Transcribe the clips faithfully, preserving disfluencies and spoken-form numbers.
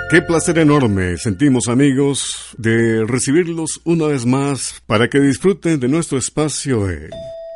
Qué placer enorme sentimos, amigos, de recibirlos una vez más para que disfruten de nuestro espacio de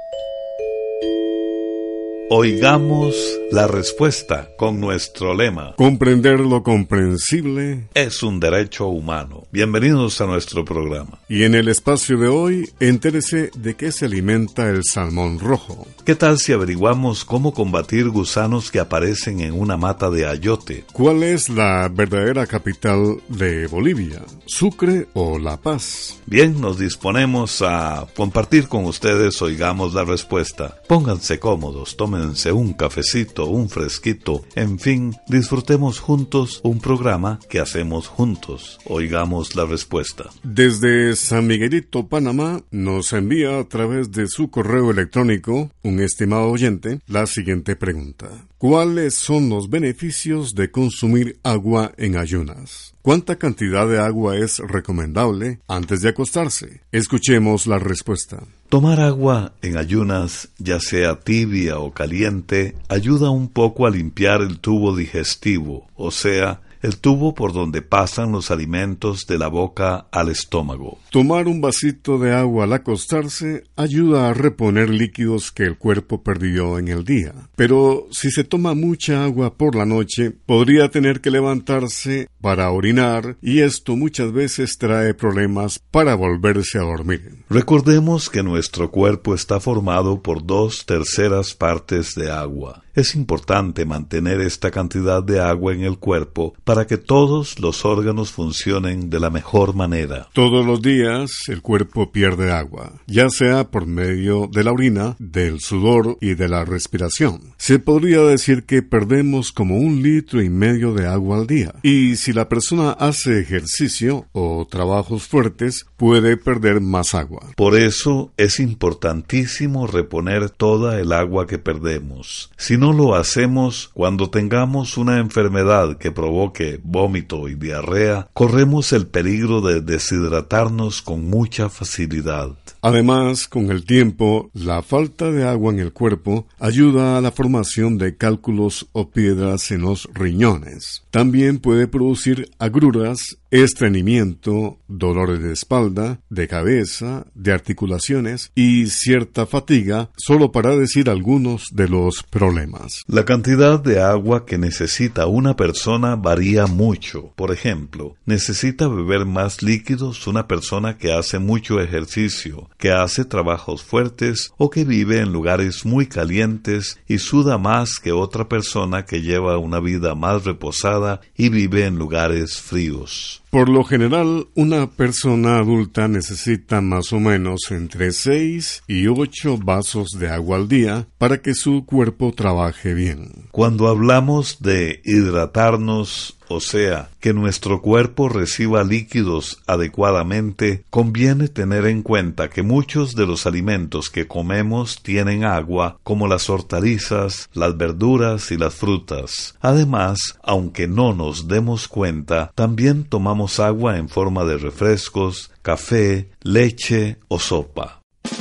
Oigamos la respuesta, con nuestro lema: comprender lo comprensible es un derecho humano. Bienvenidos a nuestro programa. Y en el espacio de hoy, entérese de qué se alimenta el salmón rojo. ¿Qué tal si averiguamos cómo combatir gusanos que aparecen en una mata de ayote? ¿Cuál es la verdadera capital de Bolivia? ¿Sucre o La Paz? Bien, nos disponemos a compartir con ustedes Oigamos la respuesta. Pónganse cómodos, tomen un cafecito, un fresquito, en fin, disfrutemos juntos un programa que hacemos juntos. Oigamos la respuesta. Desde San Miguelito, Panamá, nos envía a través de su correo electrónico un estimado oyente la siguiente pregunta: ¿cuáles son los beneficios de consumir agua en ayunas? ¿Cuánta cantidad de agua es recomendable antes de acostarse? Escuchemos la respuesta. Tomar agua en ayunas, ya sea tibia o caliente, ayuda un poco a limpiar el tubo digestivo, o sea, el tubo por donde pasan los alimentos de la boca al estómago. Tomar un vasito de agua al acostarse ayuda a reponer líquidos que el cuerpo perdió en el día. Pero si se toma mucha agua por la noche, podría tener que levantarse para orinar, y esto muchas veces trae problemas para volverse a dormir. Recordemos que nuestro cuerpo está formado por dos terceras partes de agua. Es importante mantener esta cantidad de agua en el cuerpo para que todos los órganos funcionen de la mejor manera. Todos los días el cuerpo pierde agua, ya sea por medio de la orina, del sudor y de la respiración. Se podría decir que perdemos como un litro y medio de agua al día. Y si la persona hace ejercicio o trabajos fuertes, puede perder más agua. Por eso es importantísimo reponer toda el agua que perdemos. Si no lo hacemos, cuando tengamos una enfermedad que provoque vómito y diarrea, corremos el peligro de deshidratarnos con mucha facilidad. Además, con el tiempo, la falta de agua en el cuerpo ayuda a la formación de cálculos o piedras en los riñones. También puede producir agruras, estreñimiento, dolores de espalda, de cabeza, de articulaciones y cierta fatiga, solo para decir algunos de los problemas. La cantidad de agua que necesita una persona varía mucho. Por ejemplo, necesita beber más líquidos una persona que hace mucho ejercicio, que hace trabajos fuertes o que vive en lugares muy calientes y suda más que otra persona que lleva una vida más reposada y vive en lugares fríos. Por lo general, una persona adulta necesita más o menos entre seis y ocho vasos de agua al día para que su cuerpo trabaje bien. Cuando hablamos de hidratarnos, o sea, que nuestro cuerpo reciba líquidos adecuadamente, conviene tener en cuenta que muchos de los alimentos que comemos tienen agua, como las hortalizas, las verduras y las frutas. Además, aunque no nos demos cuenta, también tomamos agua en forma de refrescos, café, leche o sopa.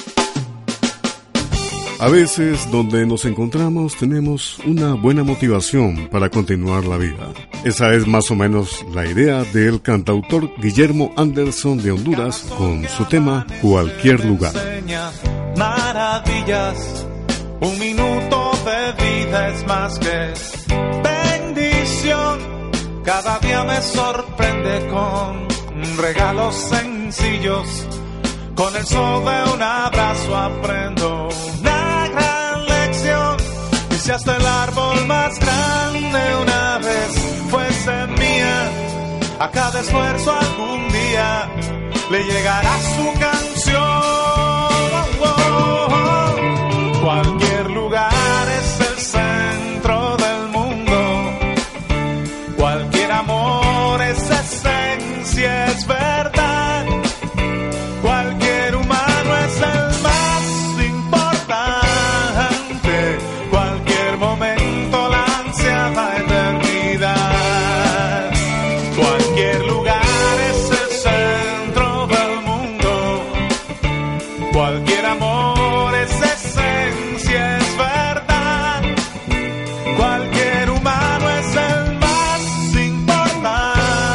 A veces, donde nos encontramos, tenemos una buena motivación para continuar la vida. Esa es más o menos la idea del cantautor Guillermo Anderson de Honduras con su tema Cualquier Lugar. Maravillas, un minuto de vida es más que bendición. Cada día me sorprende con regalos sencillos. Con el sol de un abrazo aprendo una gran lección. Y si hasta el árbol más grande una vez fuese mía, a cada esfuerzo algún día le llegará su canción. Oh, oh, oh. Cualquier lugar es el centro del mundo. Cualquier amor es esencia, es verdad. Cualquier humano es el más importante. Cualquier momento la ansiada eternidad. Cualquier lugar es el centro del mundo. Cualquier amor es esencia, es verdad. Cualquier humano es el más importante.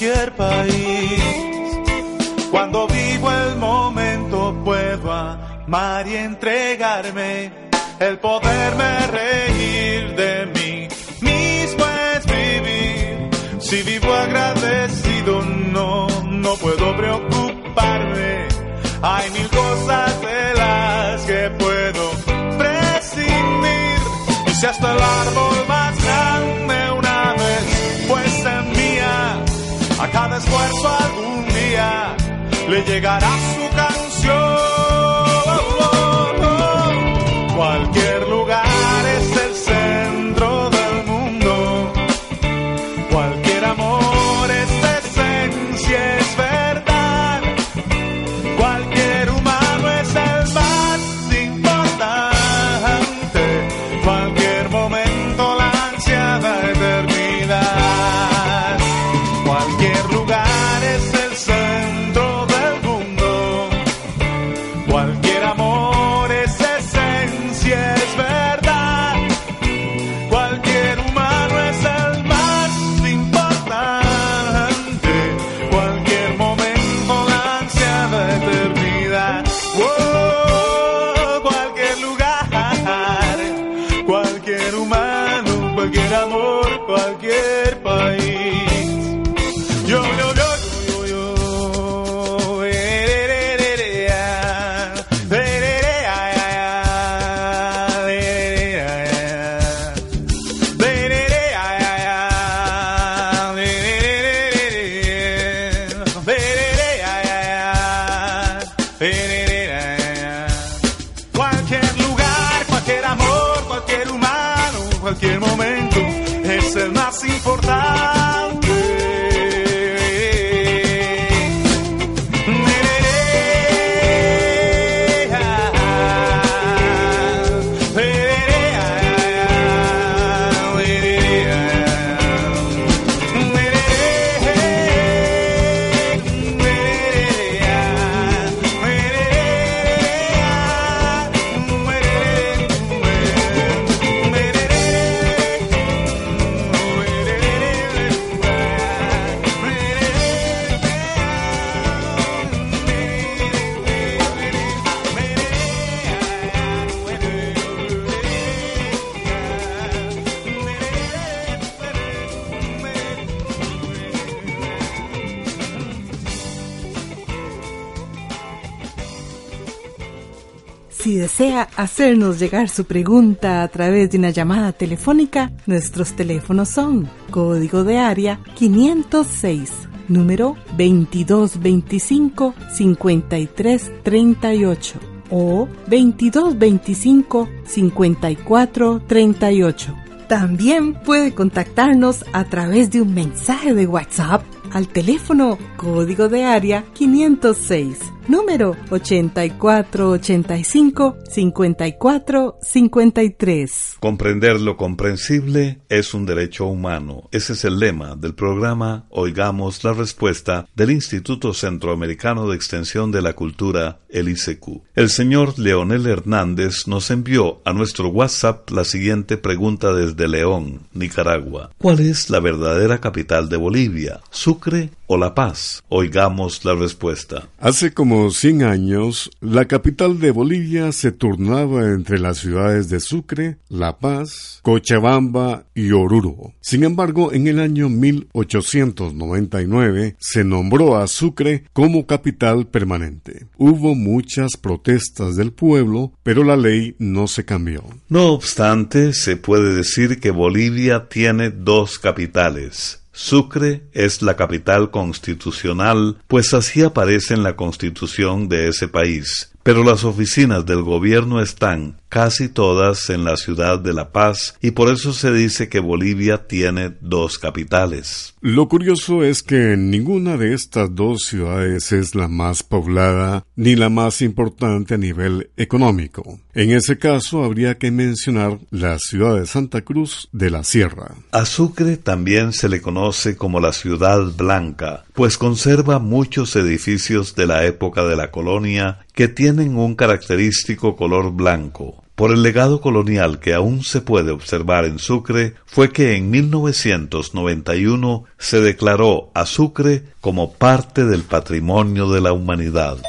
cualquier país. Cuando vivo el momento puedo amar y entregarme. El poderme reír de mí mismo es vivir. Si vivo agradecido no, no puedo preocuparme. Hay mil cosas de las que puedo prescindir. Y si hasta el árbol más grande una vez fuese mía, a cada esfuerzo algún día le llegará su canción. Cualquier lugar es el centro del mundo. Cualquier amor es esencia, es verdad. Cualquier humano es el más importante. Cualquier momento la ansiada eternidad. Cualquier lugar es el centro del mundo. Cualquier amor es esencia, es verdad. Cualquier humano es el más importante. Cualquier momento la ansiada eternidad. Oh, cualquier lugar, cualquier humano, cualquier amor, cualquier país. Yo, yo, yo, yo, yo, yo, eh, eh, eh, eh, eh, ah, eh, eh, eh, ah, ah, eh, eh, ah, eh, eh, eh, ah, ah, eh, eh, eh, eh, ah. Cualquier lugar, cualquier amor, cualquier humano, cualquier momento es el más importante. Si desea hacernos llegar su pregunta a través de una llamada telefónica, nuestros teléfonos son código de área quinientos seis, número veintidós veinticinco, cincuenta y tres treinta y ocho o veintidós veinticinco, cincuenta y cuatro treinta y ocho. También puede contactarnos a través de un mensaje de WhatsApp al teléfono código de área quinientos seis, número ochenta y cuatro ochenta y cinco, cincuenta y cuatro cincuenta y tres. Comprender lo comprensible es un derecho humano. Ese es el lema del programa Oigamos la Respuesta del Instituto Centroamericano de Extensión de la Cultura, el I C Q. El señor Leonel Hernández nos envió a nuestro WhatsApp la siguiente pregunta desde León, Nicaragua. ¿Cuál es la verdadera capital de Bolivia? ¿Sucre o La Paz? Oigamos la respuesta. Hace como cien años, la capital de Bolivia se turnaba entre las ciudades de Sucre, La Paz, Cochabamba y Oruro. Sin embargo, en el año mil ochocientos noventa y nueve se nombró a Sucre como capital permanente. Hubo muchas protestas del pueblo, pero la ley no se cambió. No obstante, se puede decir que Bolivia tiene dos capitales. Sucre es la capital constitucional, pues así aparece en la constitución de ese país. Pero las oficinas del gobierno están casi todas en la ciudad de La Paz y por eso se dice que Bolivia tiene dos capitales. Lo curioso es que ninguna de estas dos ciudades es la más poblada ni la más importante a nivel económico. En ese caso habría que mencionar la ciudad de Santa Cruz de la Sierra. A Sucre también se le conoce como la Ciudad Blanca, pues conserva muchos edificios de la época de la colonia que tienen un característico color blanco. por el legado colonial que aún se puede observar en Sucre, fue que en mil novecientos noventa y uno se declaró a Sucre como parte del patrimonio de la humanidad.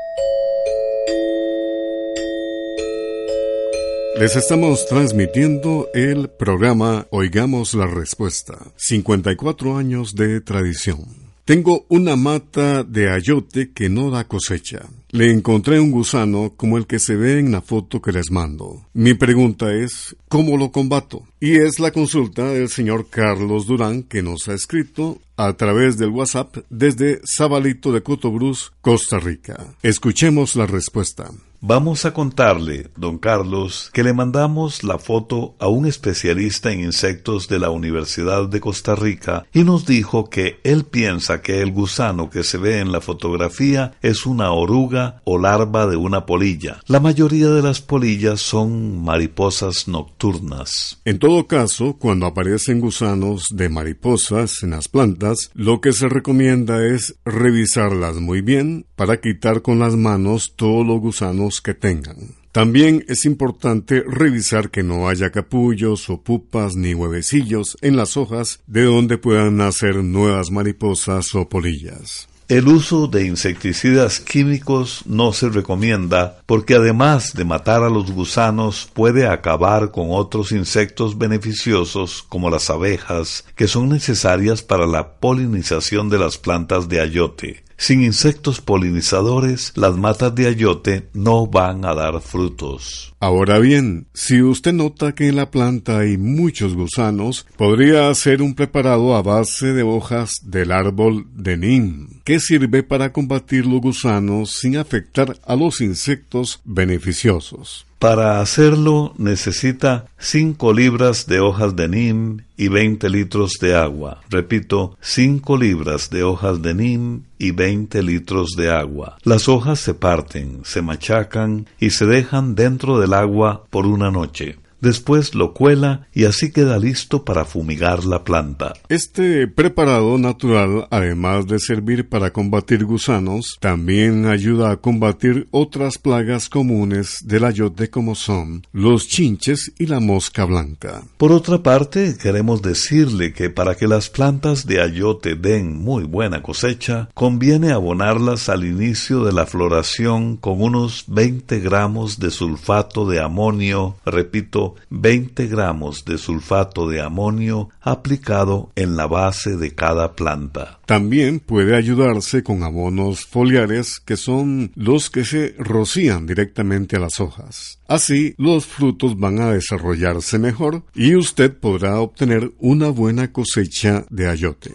Les estamos transmitiendo el programa Oigamos la Respuesta, cincuenta y cuatro años de tradición. Tengo una mata de ayote que no da cosecha. Le encontré un gusano como el que se ve en la foto que les mando. Mi pregunta es, ¿cómo lo combato? Y es la consulta del señor Carlos Durán, que nos ha escrito a través del WhatsApp desde Sabalito de Cotobruz, Costa Rica. Escuchemos la respuesta. Vamos a contarle, don Carlos, que le mandamos la foto a un especialista en insectos de la Universidad de Costa Rica y nos dijo que él piensa que el gusano que se ve en la fotografía es una oruga o larva de una polilla. La mayoría de las polillas son mariposas nocturnas. En todo caso, cuando aparecen gusanos de mariposas en las plantas, lo que se recomienda es revisarlas muy bien para quitar con las manos todos los gusanos que tengan. También es importante revisar que no haya capullos o pupas ni huevecillos en las hojas de donde puedan nacer nuevas mariposas o polillas. El uso de insecticidas químicos no se recomienda porque además de matar a los gusanos puede acabar con otros insectos beneficiosos como las abejas que son necesarias para la polinización de las plantas de ayote. Sin insectos polinizadores, las matas de ayote no van a dar frutos. Ahora bien, si usted nota que en la planta hay muchos gusanos, podría hacer un preparado a base de hojas del árbol de neem, que sirve para combatir los gusanos sin afectar a los insectos beneficiosos. Para hacerlo necesita cinco libras de hojas de neem y veinte litros de agua. Repito, cinco libras de hojas de neem y veinte litros de agua. Las hojas se parten, se machacan y se dejan dentro del agua por una noche. Después lo cuela y así queda listo para fumigar la planta. Este preparado natural, además de servir para combatir gusanos, también ayuda a combatir otras plagas comunes del ayote como son los chinches y la mosca blanca. Por otra parte, queremos decirle que para que las plantas de ayote den muy buena cosecha, conviene abonarlas al inicio de la floración con unos veinte gramos de sulfato de amonio, repito, veinte gramos de sulfato de amonio aplicado en la base de cada planta. También puede ayudarse con abonos foliares, que son los que se rocían directamente a las hojas. Así, los frutos van a desarrollarse mejor y usted podrá obtener una buena cosecha de ayote.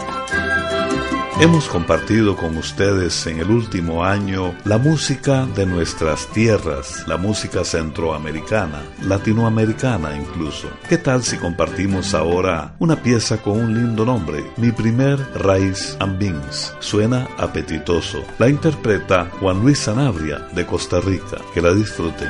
Hemos compartido con ustedes en el último año la música de nuestras tierras, la música centroamericana, latinoamericana incluso. ¿Qué tal si compartimos ahora una pieza con un lindo nombre? Mi primer Rice and Beans. Suena apetitoso. La interpreta Juan Luis Sanabria de Costa Rica. Que la disfruten.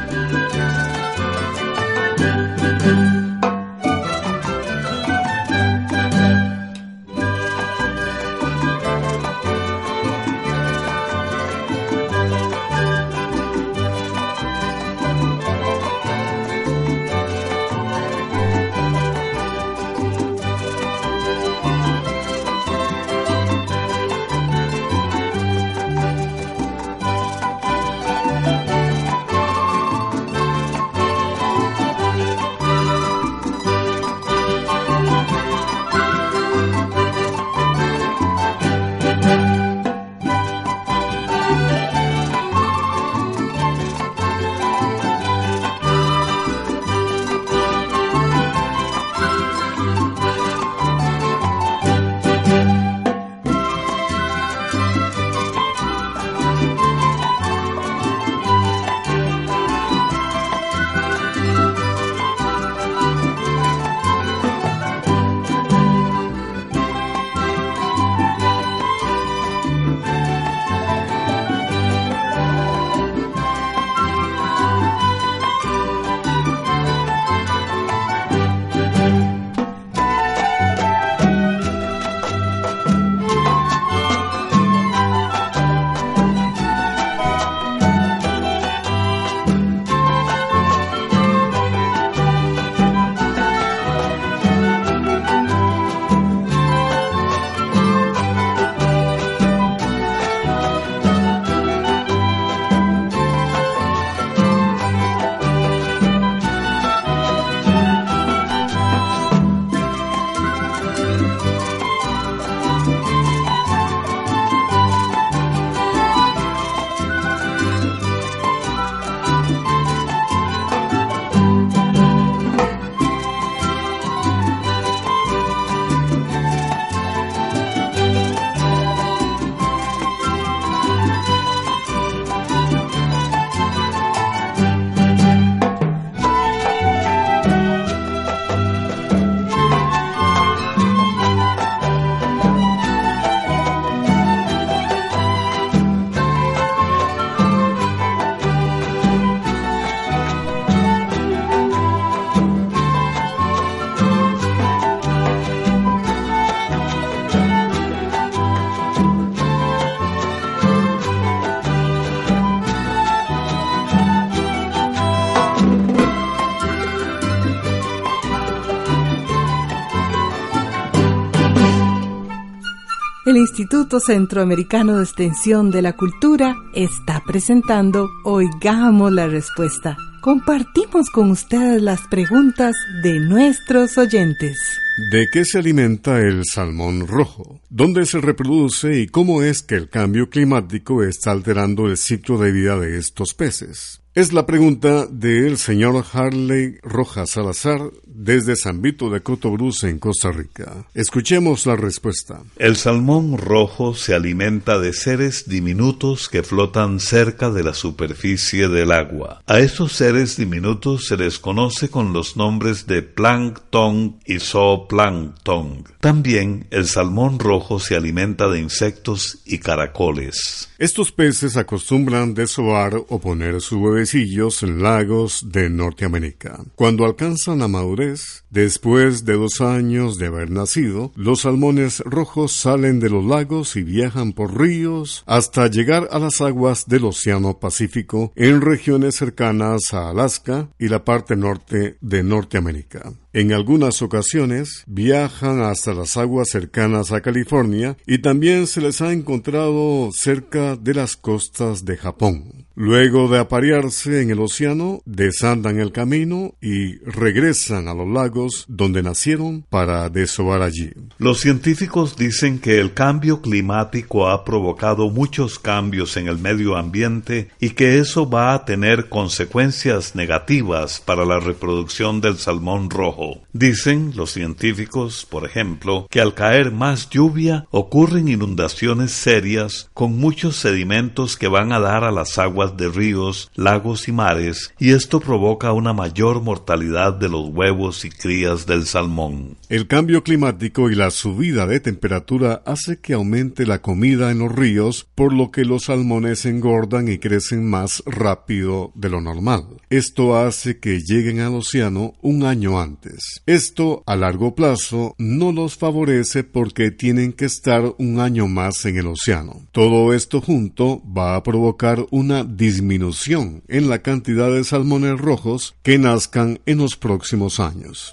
Instituto Centroamericano de Extensión de la Cultura está presentando Oigamos la Respuesta. Compartimos con ustedes las preguntas de nuestros oyentes. ¿De qué se alimenta el salmón rojo? ¿Dónde se reproduce y cómo es que el cambio climático está alterando el ciclo de vida de estos peces? Es la pregunta del señor Harley Rojas Salazar desde San Vito de Cotobruz en Costa Rica. Escuchemos la respuesta. El salmón rojo se alimenta de seres diminutos que flotan cerca de la superficie del agua. A estos seres diminutos se les conoce con los nombres de plancton y zooplancton. También el salmón rojo se alimenta de insectos y caracoles. Estos peces acostumbran desovar o poner sus huevecillos en lagos de Norteamérica. Cuando alcanzan la madurez, después de dos años de haber nacido, los salmones rojos salen de los lagos y viajan por ríos hasta llegar a las aguas del Océano Pacífico en regiones cercanas a Alaska y la parte norte de Norteamérica. En algunas ocasiones viajan hasta las aguas cercanas a California y también se les ha encontrado cerca de las costas de Japón. Luego de aparearse en el océano, desandan el camino y regresan a los lagos donde nacieron para desovar allí. Los científicos dicen que el cambio climático ha provocado muchos cambios en el medio ambiente y que eso va a tener consecuencias negativas para la reproducción del salmón rojo. Dicen los científicos, por ejemplo, que al caer más lluvia ocurren inundaciones serias con muchos sedimentos que van a dar a las aguas de ríos, lagos y mares, y esto provoca una mayor mortalidad de los huevos y crías del salmón. El cambio climático y la subida de temperatura hace que aumente la comida en los ríos, por lo que los salmones engordan y crecen más rápido de lo normal. Esto hace que lleguen al océano un año antes. Esto, a largo plazo, no los favorece porque tienen que estar un año más en el océano. Todo esto junto va a provocar una disminución en la cantidad de salmones rojos que nazcan en los próximos años.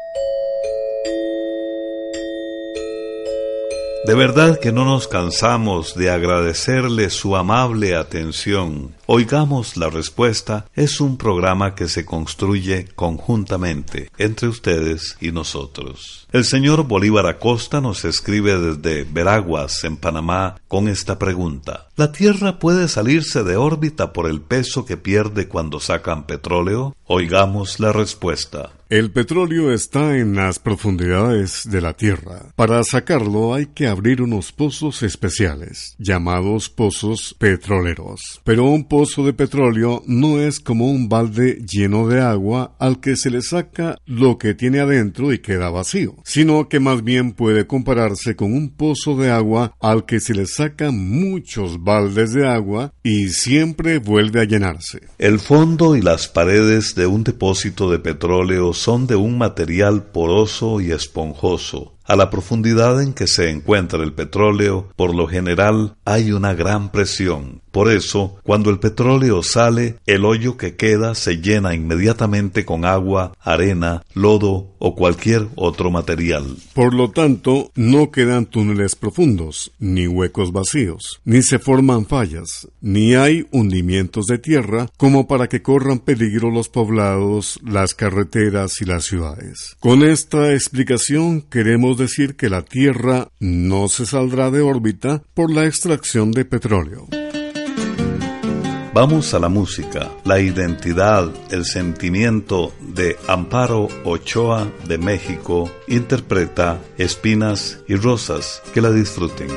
De verdad que no nos cansamos de agradecerle su amable atención. Oigamos la Respuesta es un programa que se construye conjuntamente entre ustedes y nosotros. El señor Bolívar Acosta nos escribe desde Veraguas, en Panamá, con esta pregunta. ¿La Tierra puede salirse de órbita por el peso que pierde cuando sacan petróleo? Oigamos la respuesta. El petróleo está en las profundidades de la Tierra. Para sacarlo hay que abrir unos pozos especiales, llamados pozos petroleros. Pero un pozo de petróleo no es como un balde lleno de agua al que se le saca lo que tiene adentro y queda vacío, sino que más bien puede compararse con un pozo de agua al que se le sacan muchos baldes de agua y siempre vuelve a llenarse. El fondo y las paredes de un depósito de petróleo son de un material poroso y esponjoso. A la profundidad en que se encuentra el petróleo, por lo general, hay una gran presión. Por eso, cuando el petróleo sale, el hoyo que queda se llena inmediatamente con agua, arena, lodo o cualquier otro material. Por lo tanto, no quedan túneles profundos, ni huecos vacíos, ni se forman fallas, ni hay hundimientos de tierra como para que corran peligro los poblados, las carreteras y las ciudades. Con esta explicación queremos decir que la Tierra no se saldrá de órbita por la extracción de petróleo. Vamos a la música, la identidad, el sentimiento de Amparo Ochoa de México, interpreta Espinas y Rosas. Que la disfruten.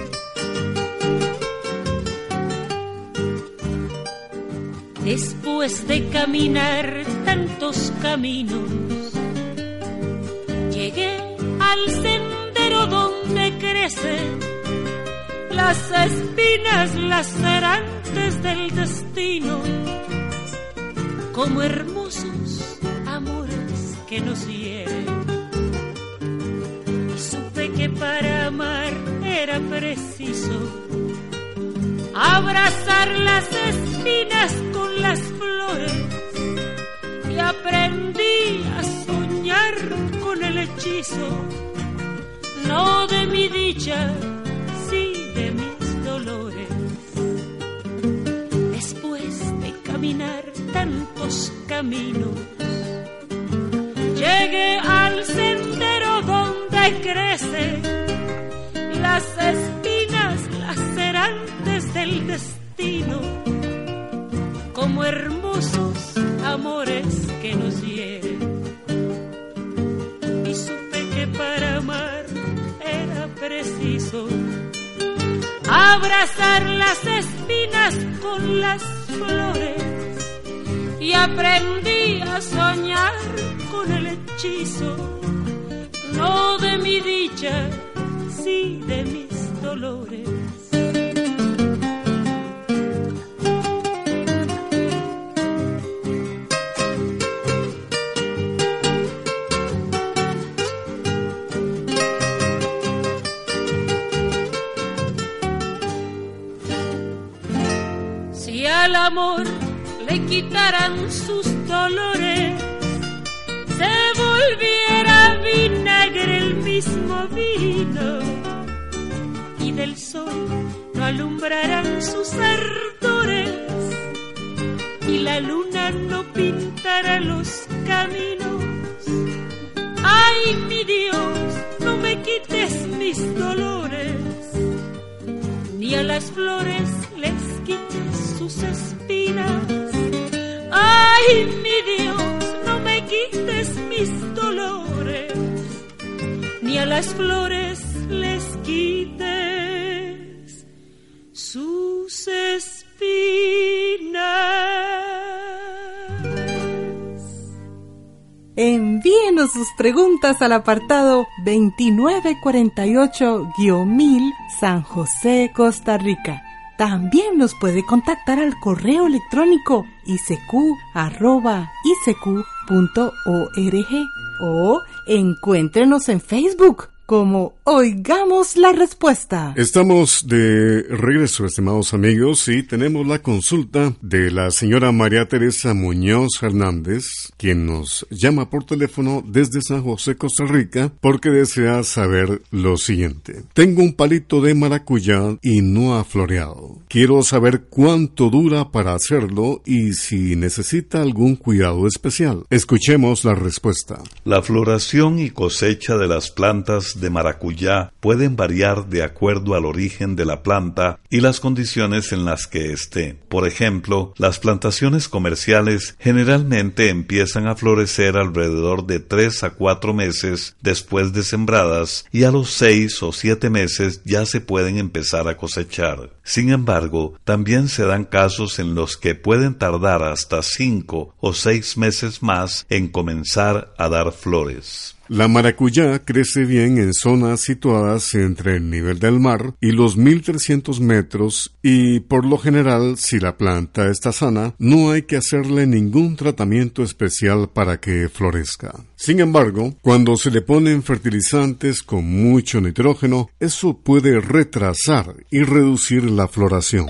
Después de caminar tantos caminos, llegué al sendero donde crecen las espinas lacerantes del destino, como hermosos amores que nos hieren. Y supe que para amar era preciso abrazar las espinas con las flores, y aprendí a soñar con el hechizo, no de mi dicha, sí de caminar tantos caminos. Llegué al sendero donde crecen las espinas lacerantes del destino, como hermosos amores que nos hieren. Y supe que para amar era preciso abrazar las espinas con las flores, y aprendí a soñar con el hechizo, no de mi dicha, sí de mis dolores. Si al amor le quitaran sus dolores, se volviera vinagre el mismo vino, y del sol no alumbrarán sus ardores, y la luna no pintará los caminos. Ay, mi Dios, no me quites mis dolores, ni a las flores les quites sus espinas. Ay, mi Dios, no me quites mis dolores, ni a las flores les quites sus espinas. Envíenos sus preguntas al apartado veintinueve cuarenta y ocho mil San José, Costa Rica. También nos puede contactar al correo electrónico i c q arroba i c q punto org o encuéntrenos en Facebook como Oigamos la Respuesta. Estamos de regreso, estimados amigos, y tenemos la consulta de la señora María Teresa Muñoz Hernández, quien nos llama por teléfono desde San José, Costa Rica, porque desea saber lo siguiente. Tengo un palito de maracuyá y no ha floreado. Quiero saber cuánto dura para hacerlo y si necesita algún cuidado especial. Escuchemos la respuesta. La floración y cosecha de las plantas de maracuyá pueden variar de acuerdo al origen de la planta y las condiciones en las que esté. Por ejemplo, las plantaciones comerciales generalmente empiezan a florecer alrededor de tres a cuatro meses después de sembradas, y a los seis o siete meses ya se pueden empezar a cosechar. Sin embargo, también se dan casos en los que pueden tardar hasta cinco o seis meses más en comenzar a dar flores. La maracuyá crece bien en zonas situadas entre el nivel del mar y los mil trescientos metros, y por lo general, si la planta está sana, no hay que hacerle ningún tratamiento especial para que florezca. Sin embargo, cuando se le ponen fertilizantes con mucho nitrógeno, eso puede retrasar y reducir la floración.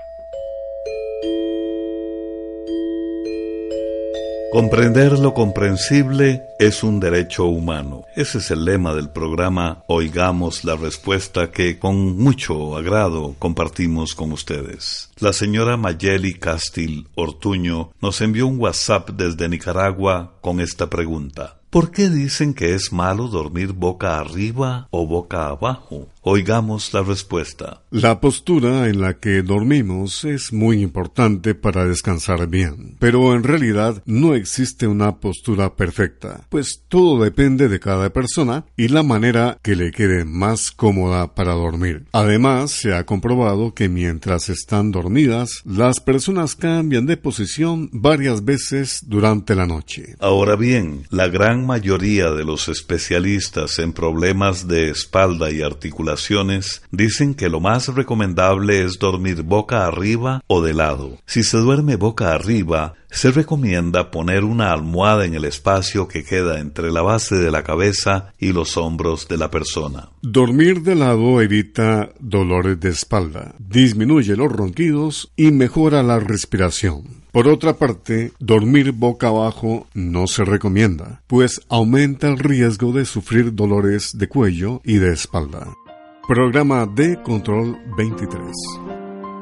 Comprender lo comprensible es un derecho humano. Ese es el lema del programa Oigamos la Respuesta, que con mucho agrado compartimos con ustedes. La señora Mayeli Castil Ortuño nos envió un WhatsApp desde Nicaragua con esta pregunta. ¿Por qué dicen que es malo dormir boca arriba o boca abajo? Oigamos la respuesta. La postura en la que dormimos es muy importante para descansar bien, pero en realidad no existe una postura perfecta, pues todo depende de cada persona y la manera que le quede más cómoda para dormir. Además, se ha comprobado que mientras están dormidas, las personas cambian de posición varias veces durante la noche. Ahora bien, la gran mayoría de los especialistas en problemas de espalda y articulación dicen que lo más recomendable es dormir boca arriba o de lado. Si se duerme boca arriba, se recomienda poner una almohada en el espacio que queda entre la base de la cabeza y los hombros de la persona. Dormir de lado evita dolores de espalda, disminuye los ronquidos y mejora la respiración. Por otra parte, dormir boca abajo no se recomienda, pues aumenta el riesgo de sufrir dolores de cuello y de espalda. Programa de Control veintitrés.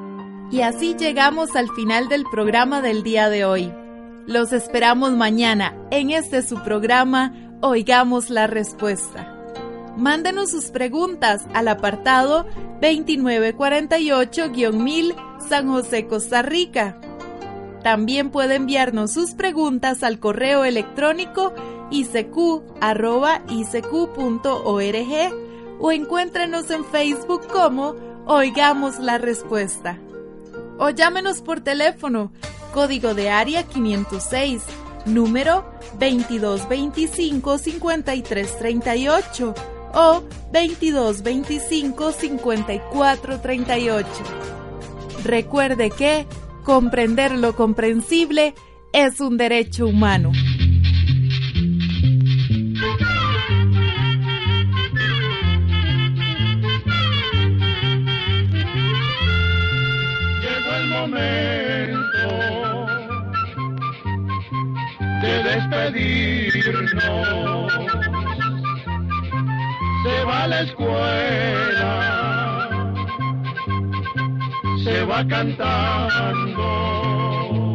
Y así llegamos al final del programa del día de hoy. Los esperamos mañana en este su programa Oigamos la Respuesta. Mándenos sus preguntas al apartado veintinueve cuarenta y ocho mil San José, Costa Rica. También puede enviarnos sus preguntas al correo electrónico i c q arroba i c q punto org o encuéntrenos en Facebook como Oigamos la Respuesta. O llámenos por teléfono, código de área quinientos seis, número veintidós veinticinco cincuenta y tres treinta y ocho o veintidós veinticinco cincuenta y cuatro treinta y ocho. Recuerde que comprender lo comprensible es un derecho humano. Llegó el momento de despedirnos. Se va a la escuela, se va cantando.